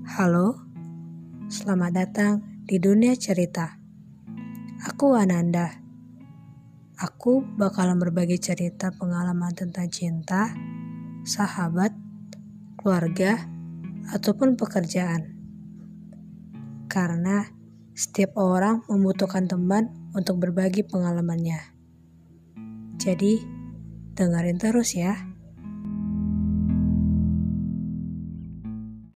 Halo, selamat datang di dunia cerita. Aku Ananda. Aku bakalan berbagi cerita pengalaman tentang cinta, sahabat, keluarga, ataupun pekerjaan. Karena setiap orang membutuhkan teman untuk berbagi pengalamannya. Jadi, dengerin terus ya.